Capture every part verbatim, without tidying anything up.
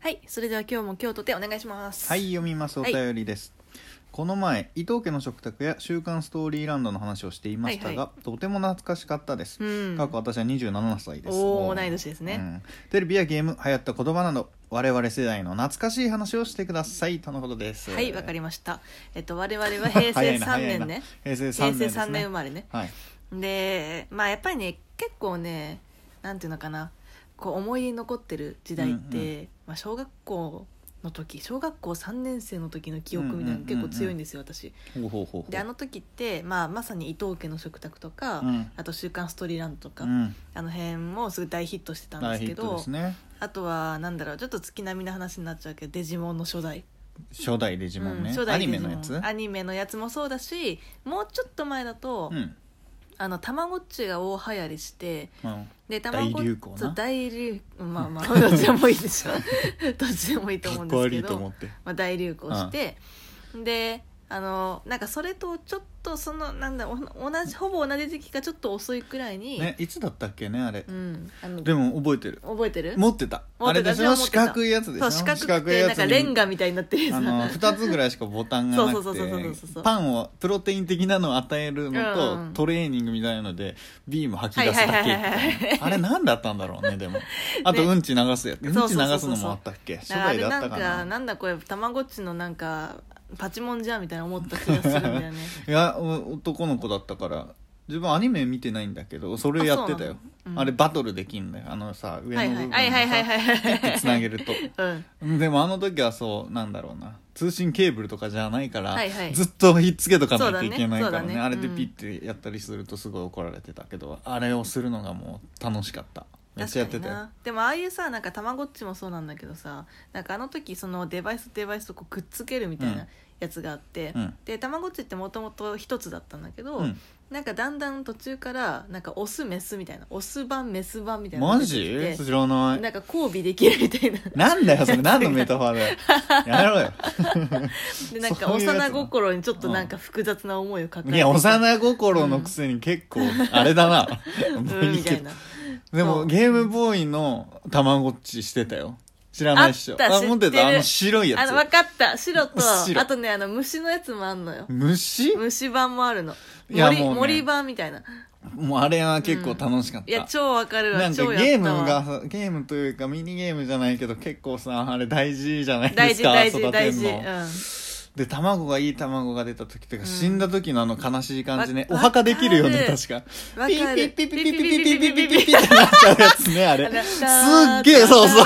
はい、それでは今日も今日とてお願いします。 はい、読みます。お便りです、はい、この前伊藤家の食卓や週刊ストーリーランドの話をしていましたが、はいはい、とても懐かしかったです。過去私はにじゅうななさいです。 おお、同い年ですね、 うん、テレビやゲーム、流行った言葉など我々世代の懐かしい話をしてくださいとのことです。 はい、わかりました。えっと我々は平成さんねんね平成さんねんですね。 平成さんねん生まれね、 はい、 でまあやっぱりね結構ねなんていうのかな、こう思い出に残ってる時代って、うんうん、まあ、小学校の時小学校さんねん生の時の記憶みたいなの結構強いんですよ、うんうんうん、私ほうほうほう。 であの時って、まあ、まさに伊藤家の食卓とか、うん、あと週刊ストーリーランドとか、うん、あの辺もすごい大ヒットしてたんですけど、大ヒットですね。あとはなんだろう、ちょっと月並みな話になっちゃうけどデジモンの初代初代デジモンね、うん、初代デジモン、アニメのやつアニメのやつもそうだし、もうちょっと前だと、うん、あのたまごっちが大流行りして、うん、でたまごっち大流行な大流まあまあどっちでもいいでしょどっちでもいいと思うんですけど、まあ、大流行して、うん、であのなんかそれとちょっとそのなんだ同じほぼ同じ時期かちょっと遅いくらいに、 ね、いつだったっけねあれ、 うん、あのでも覚えてる覚えてる持ってたあれでしょ、四角いやつでしょ。 そう四角くてなんかレンガみたいになってるやつ、 あのふたつぐらいしかボタンがなくてパンをプロテイン的なのを与えるのと、うん、トレーニングみたいなのでビーム吐き出すだけ、あれ何だったんだろうね。でもあとうんち流すやつ、ね、うんち流すのもあったっけ、初代だったかな。 なんかなんだこれたまごっちのなんかパチモンじゃんみたいな思った気がするんだよねいや男の子だったから自分アニメ見てないんだけどそれやってたよ。 あ,、うん、あれバトルできんだよ、あのさ上の部分をさピッてつなげると、うん、でもあの時はそうなんだろうな、通信ケーブルとかじゃないから、はいはい、ずっとひっつけとかないといけないから ね, ね, ねあれでピッてやったりするとすごい怒られてたけど、うん、あれをするのがもう楽しかった。めっちゃやってたよ。 でもああいうさなんかたまごっちもそうなんだけどさ、なんかあの時そのデバイスデバイスとこうくっつけるみたいなやつがあって、うん、でたまごっちってもともと一つだったんだけど、うん、なんかだんだん途中からなんかオスメスみたいな、オス版メス版みたいなマジ知らない。 なんか交尾できるみたいななんだよそれ何のメタファーだよやめろよでなんか幼心にちょっとなんか複雑な思いを抱えて、 いや幼心のくせに結構あれだな、うん、 みたいな。 でもゲームボーイのたまごっちしてたよ。知らないっしょ。あ持ってたあの白いやつ。 あの分かった、白と白あとねあの虫のやつもあんのよ。 虫虫版もあるの。いや森、もうね、森版みたいな。 もうあれは結構楽しかった、うん、 いや超わかるわ。 なんかゲームがゲームというかミニゲームじゃないけど結構さあれ大事じゃないですか。 大事大事大事、 で卵がいい卵が出た時とか、うん、死んだ時のあの悲しい感じね、お墓できるよね確か。ピッピッピッピッピッピッピッピッピッピッピッピッってなっちゃうやつねあれ。すっげえそうそう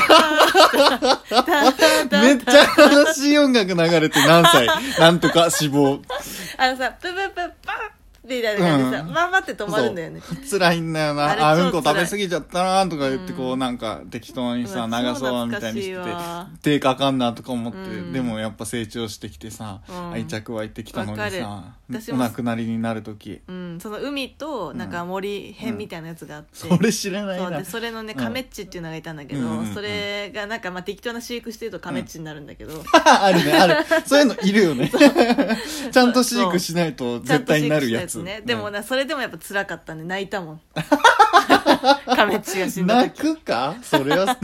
めっちゃ悲しい音楽流れて何歳なんとか死亡。 あのさプププパッみたいな感じでさ、うん、まあまって止まるんだよね。 辛いんだよな。あ, あうんこ食べ過ぎちゃったなとか言ってこう、うん、なんか適当にさ流そうみたいにして手かかんなとか思って、うん、でもやっぱ成長してきてさ、うん、愛着湧いてきたのにさお亡くなりになる時、 うん、その海となんか森編みたいなやつがあって、 うん、それ知らないな。 そうでそれのねカメッチっていうのがいたんだけど、うん、それがなんかまあ適当な飼育してるとカメッチになるんだけど、うん、あるねあるそういうのいるよねちゃんと飼育しないと絶対になるやつね。でもな、それでもやっぱ辛かったね。泣いたもんカメッチが死んだ時。 泣くかそれは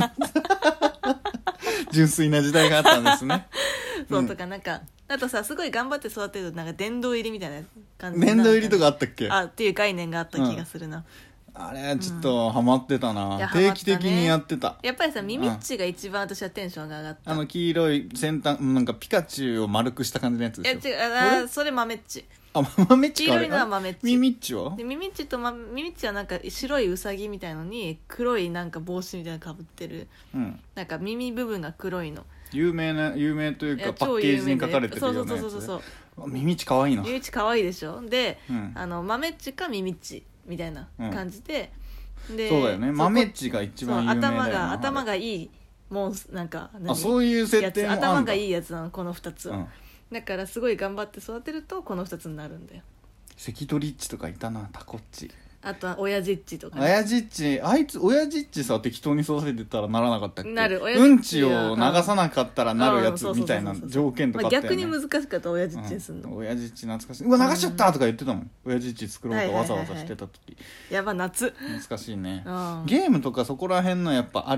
純粋な時代があったんですねそう、うん、とかなんかあとさすごい頑張って育てるとなんか殿堂入りみたいな感じ殿堂入りとかあったっけ。 あっていう概念があった気がするな、 うん、あれちょっとハマってたな、うん、定期的にやってた。 やっぱりさミミッチが一番私はテンションが上がった、 うん、あの黄色い先端なんかピカチュウを丸くした感じのやつでしょ。 いや違う、あそれ豆っち。 あ豆っちか。 黄色いのは豆っち。 ミミッチはでミミッチと、ま、ミミッチはなんか白いウサギみたいのに黒いなんか帽子みたいなのかぶってる、うん、なんか耳部分が黒いの。 有名な有名というかパッケージに書かれてるようなやつ。そうそうそうそうそう。ミミッチ可愛いな。 ミミッチ可愛いでしょ。で、うん、あの豆っちかミミッチみたいな感じで、うん、でそうだよね。豆っちが一番有名だよな。 頭が頭がいいもうなんかあそういう設定もあんだ。 頭がいいやつなのこのふたつは、うん、だからすごい頑張って育てるとこのふたつになるんだよ。 関取っちとかいたな、タコっち。 あとは親父っちとか、 ね、親父っちあいつ親父っちさ適当に育ててたらならなかったっけ。 なる。 うんちを流さなかったらなるやつみたいな条件とかあったよね。 逆に難しかった親父っちにすんの、 うん、親父っち懐かしい。うわ流しちゃったとか言ってたもん、うん、親父っち作ろうとわざわざしてた時、 やば夏懐かしいね。ゲームとかそこら辺のやっぱあるよ。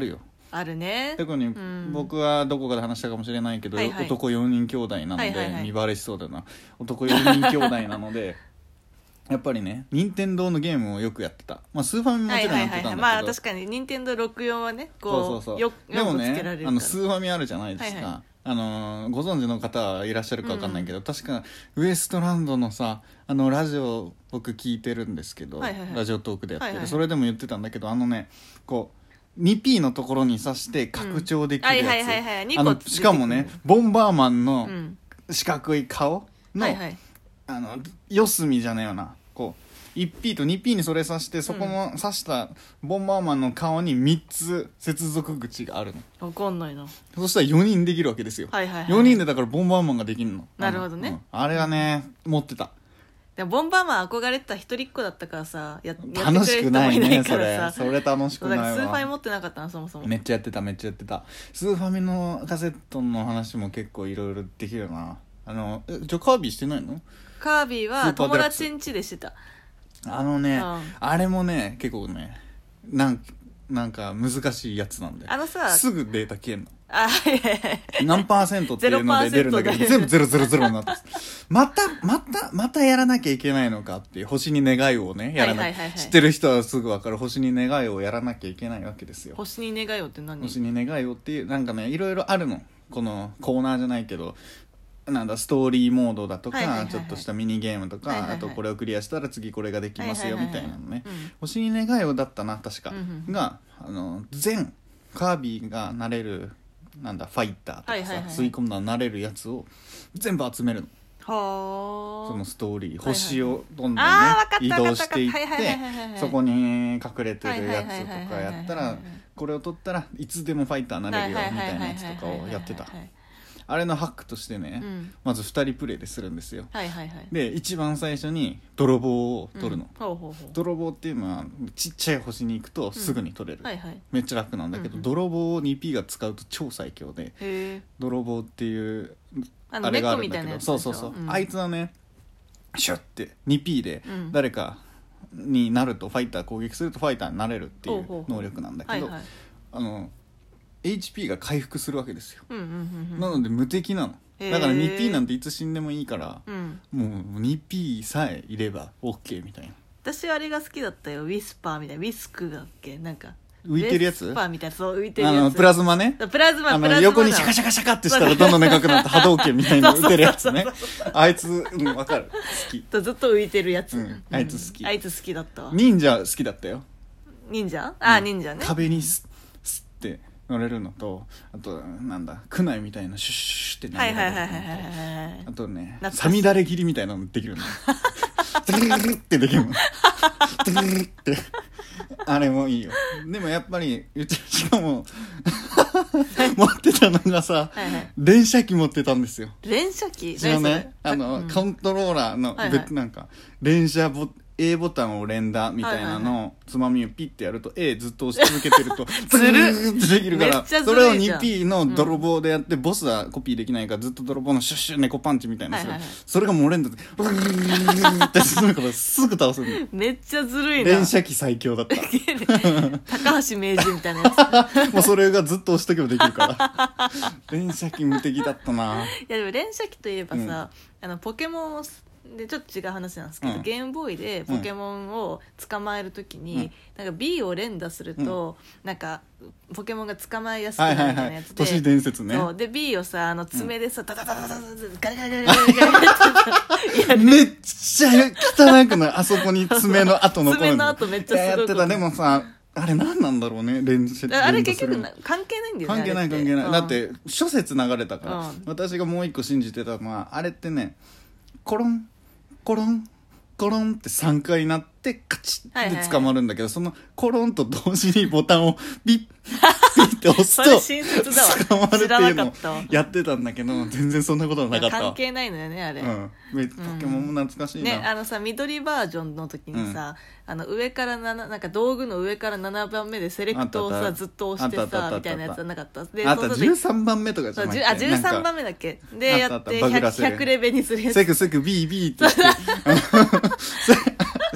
あるね。 特に僕はどこかで話したかもしれないけど、はいはい、男よにん兄弟なので、はいはいはい、見バレしそうだな。男よにん兄弟なのでやっぱりね任天堂のゲームをよくやってた。まあスーファミももちろんやってたんだけど、はいはいはいはい、まあ確かに任天堂ろくじゅうよんはねこうそうそうそうよでもねあのスーファミあるじゃないですか、はいはい、あのご存知の方はいらっしゃるか分かんないけど、うん、確かウエストランドのさあのラジオ僕聞いてるんですけど、はいはいはい、ラジオトークでやってる、はいはい、それでも言ってたんだけどあのねこう にピー のところに挿して拡張できるやつ、しかもねボンバーマンの四角い顔の、はいはい、あの四隅じゃねえよなこう いちピー と にピー にそれ挿してそこの挿したボンバーマンの顔にみっつ接続口があるの。 分かんないな。 そしたらよにんできるわけですよ、はいはいはい、よにんでだからボンバーマンができるの。 なるほどね、 うん、あれはね持ってた。 でもボンバーマン憧れてた一人っ子だったからさ や, や楽しくないねそれそれ楽しくないわ。 スーファミ持ってなかったなそもそも。 めっちゃやってためっちゃやってた。スーファミのカセットの話も結構いろいろできるな。あのじゃカービィしてないの？ カービィは友達ん家でしてた。 あのね、うん、あれもね結構ねなんなんか難しいやつなんで、あのさすぐデータ消えんの。あはいはいはい、何パーセントっていうので出るんだけど全部ゼロゼロゼロになってまたまたまたやらなきゃいけないのかっていう星に願いをねやらな、はいはいはいはい、知ってる人はすぐ分かる星に願いをやらなきゃいけないわけですよ。 星に願いをって何？ 星に願いをっていうなんかねいろいろあるの。このコーナーじゃないけどなんだストーリーモードだとか、はいはいはいはい、ちょっとしたミニゲームとか、はいはいはい、あとこれをクリアしたら次これができますよ、はいはいはい、みたいなのね、うん、星に願いをだったな確か、うんうん、があの全カービィがなれるなんだファイターとかさ、はいはいはい、吸い込んだらなれるやつを全部集めるの。はそのストーリー、はいはい、星をどんどんね移動していって、はいはいはいはい、そこに隠れてるやつとかやったらこれを取ったらいつでもファイターなれるよみたいなやつとかをやってた。あれのハックとしてね、うん、まずふたりプレイでするんですよ、はいはいはい、で一番最初に泥棒を取るの、うん、ほうほうほう。泥棒っていうのはちっちゃい星に行くとすぐに取れる、うんはいはい、めっちゃ楽なんだけど、うんうん、泥棒を にピー が使うと超最強で、へ泥棒っていうあれがあるんだけどそうそうそう、うん、あいつはねシュッて にピー で誰かになるとファイター攻撃するとファイターになれるっていう能力なんだけど、はいはい、あのエイチピー が回復するわけですよ、うんうんうんうん、なので無敵なの。だから にピー なんていつ死んでもいいから、うん、もう にピー さえいれば OK みたいな。 私はあれが好きだったよ。ウィスパーみたいなウィスクだっけなんか浮いてるやつウィスパーみたいなそう浮いてるやつあのプラズマねプラズマあの横にシャカシャカシャカってしたらどんどんでかくなって波動拳みたいな浮てるやつねあいつうん分かる好きずっと浮いてるやつ、うん、 あいつ好き、 うん、あいつ好きだったわ。 忍者好きだったよ。 忍者あ、うん、忍者ね。 壁にスッって乗れるのとあとなんだクナイみたいなシュッシュってなるのと、はいはいはいはいはい、あとねサミダレ切りみたいなのできるのドゥルルルってできるのドゥルルルってあれもいいよ。でもやっぱりうちしかも持ってたのがさ、はいはい、連射機持ってたんですよ。 連射機知らない？あの、うん、コントローラーの、はいはい、なんか連射ボA ボタンを連打みたいなのをつまみをピッてやると A ずっと押し続けてるとずるーってできるからそれを にピー の泥棒でやって、うん、ボスはコピーできないからずっと泥棒のシュッシュ猫パンチみたいなする、はいはいはい、それがもう連打でブーって進むからすぐ倒すの。 めっちゃずるいな。 連射機最強だった高橋名人みたいなやつもうそれがずっと押しとけばできるから連射機無敵だったな。 いやでも連射機といえばさ、うん、あのポケモンをでちょっと違う話なんですけど、うん、ゲームボーイでポケモンを捕まえるときに、うん、なんか B を連打すると、うん、なんかポケモンが捕まえやすくなるみたいなやつで、 はいはいはい、都市伝説ね。 そうで B をさあの爪でさ、うん、ダダダダダダダガリガリガリガリガリめっちゃ汚くないあそこに爪の跡残る爪の跡めっちゃすごいやってた。でもさあれ何なんだろうね連射あれ結局関係ないんだよね。 関係ない関係ない、うん、だって諸説流れたから、うん、私がもう一個信じてたのはあれってねコロンコロンコロンってさんかいなってカチッって捕まるんだけど、はいはいはい、そのコロンと同時にボタンをビッピッって押すと捕まるっていうのをやってたんだけど全然そんなことはなかった。 関係ないのよねあれ、うん、 ポケモンも懐かしいな、 うんね、あのさ緑バージョンの時にさ、うん、あの上からなななんか道具の上からななばんめでセレクトをさずっと押してさみたいなやつはなかった。 であったじゅうさんばんめとかじゃなくてあじゅうさんばんめだっけでやって ひゃく, ひゃくレベにするやつセクセクビービーってして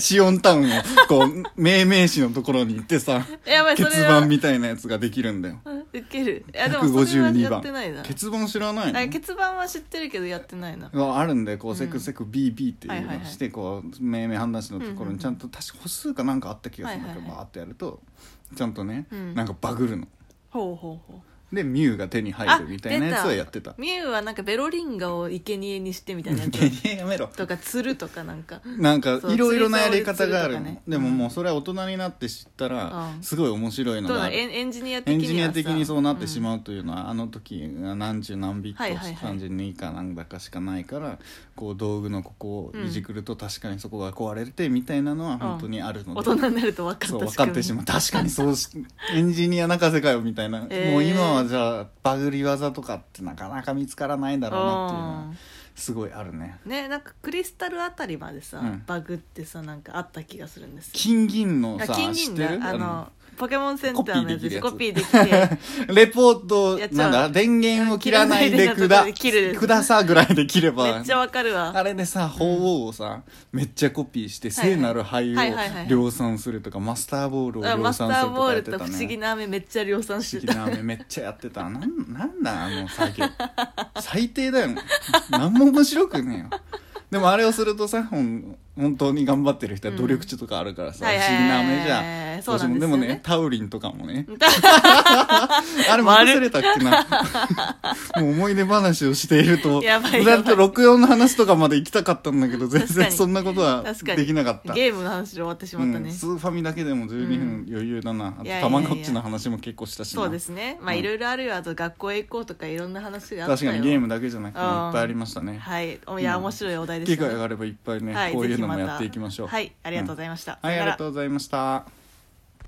シオンタウンをこう命名詞のところに行ってさ欠番みたいなやつができるんだよ。 ウケる。いやでもそれはやってないな。 欠番知らないの？ あ、欠番は知ってるけどやってないな。 あるんでこうセクセク ビービー っていうのをしてこう命名判断詞のところにちゃんと確か歩数かなんかあった気がするんだけどバーってやるとちゃんとねなんかバグるの。 ほうほうほう。 でミュウが手に入るみたいなやつはやってた。 ミュウはなんかベロリンガを生贄にしてみたいなやつ生贄やめろとか釣るとかなんかなんかいろいろなやり方がある、ね、でももうそれは大人になって知ったらすごい面白いのがある。 エンジニア的にはさエンジニア的にそうなってしまうというのは、うん、あの時何十何ビットさんじゅうに以下なんだかしかないから、はいはいはい、こう道具のここをいじくると確かにそこが壊れてみたいなのは本当にあるので、うん、 大人になると分かったそう分かってしまう。確かにそうしエンジニア泣かせかよみたいな、えー、もう今はじゃあバグ売り技とかってなかなか見つからないんだろうなっていうのはすごいあるね。 ね、なんかクリスタルあたりまでさ、うん、バグってさなんかあった気がするんですよ。 金銀のさ金銀だ知ってる？ あのポケモンセンターのやつでコピーできてレポートなんだ電源を切らないでくだくださぐらいで切ればめっちゃわかるわ。 あれでさ鳳凰をさ、うん、めっちゃコピーして聖なる灰を量産するとかマスターボールを量産するとかやってたね。マスターボールと不思議な飴めっちゃ量産してた。 不思議な飴めっちゃやってた。なんなんだあの作業最低だよ。なんも面白くねえよ。でもあれをするとさ本当に頑張ってる人は努力値とかあるからさ、うん、不思議な飴じゃん。そうなんですよね。でもねタウリンとかもねあれ忘れたっけなもう思い出話をしているとやばいやばいだってろくじゅうよんの話とかまで行きたかったんだけど全然そんなことはできなかった。 ゲームの話で終わってしまったね、 うん、スーファミだけでもじゅうにふん余裕だな、うん、あとたまごっちの話も結構したしな。 そうですね。まあいろいろあるよ。あと学校へ行こうとかいろんな話があったよ。 確かにゲームだけじゃなくていっぱいありましたね。 はい。いや面白いお題でしたね。 機会があればいっぱいね、はい、こういうのもやっていきましょう。 はい、ありがとうございました。 うん、はい、ありがとうございました。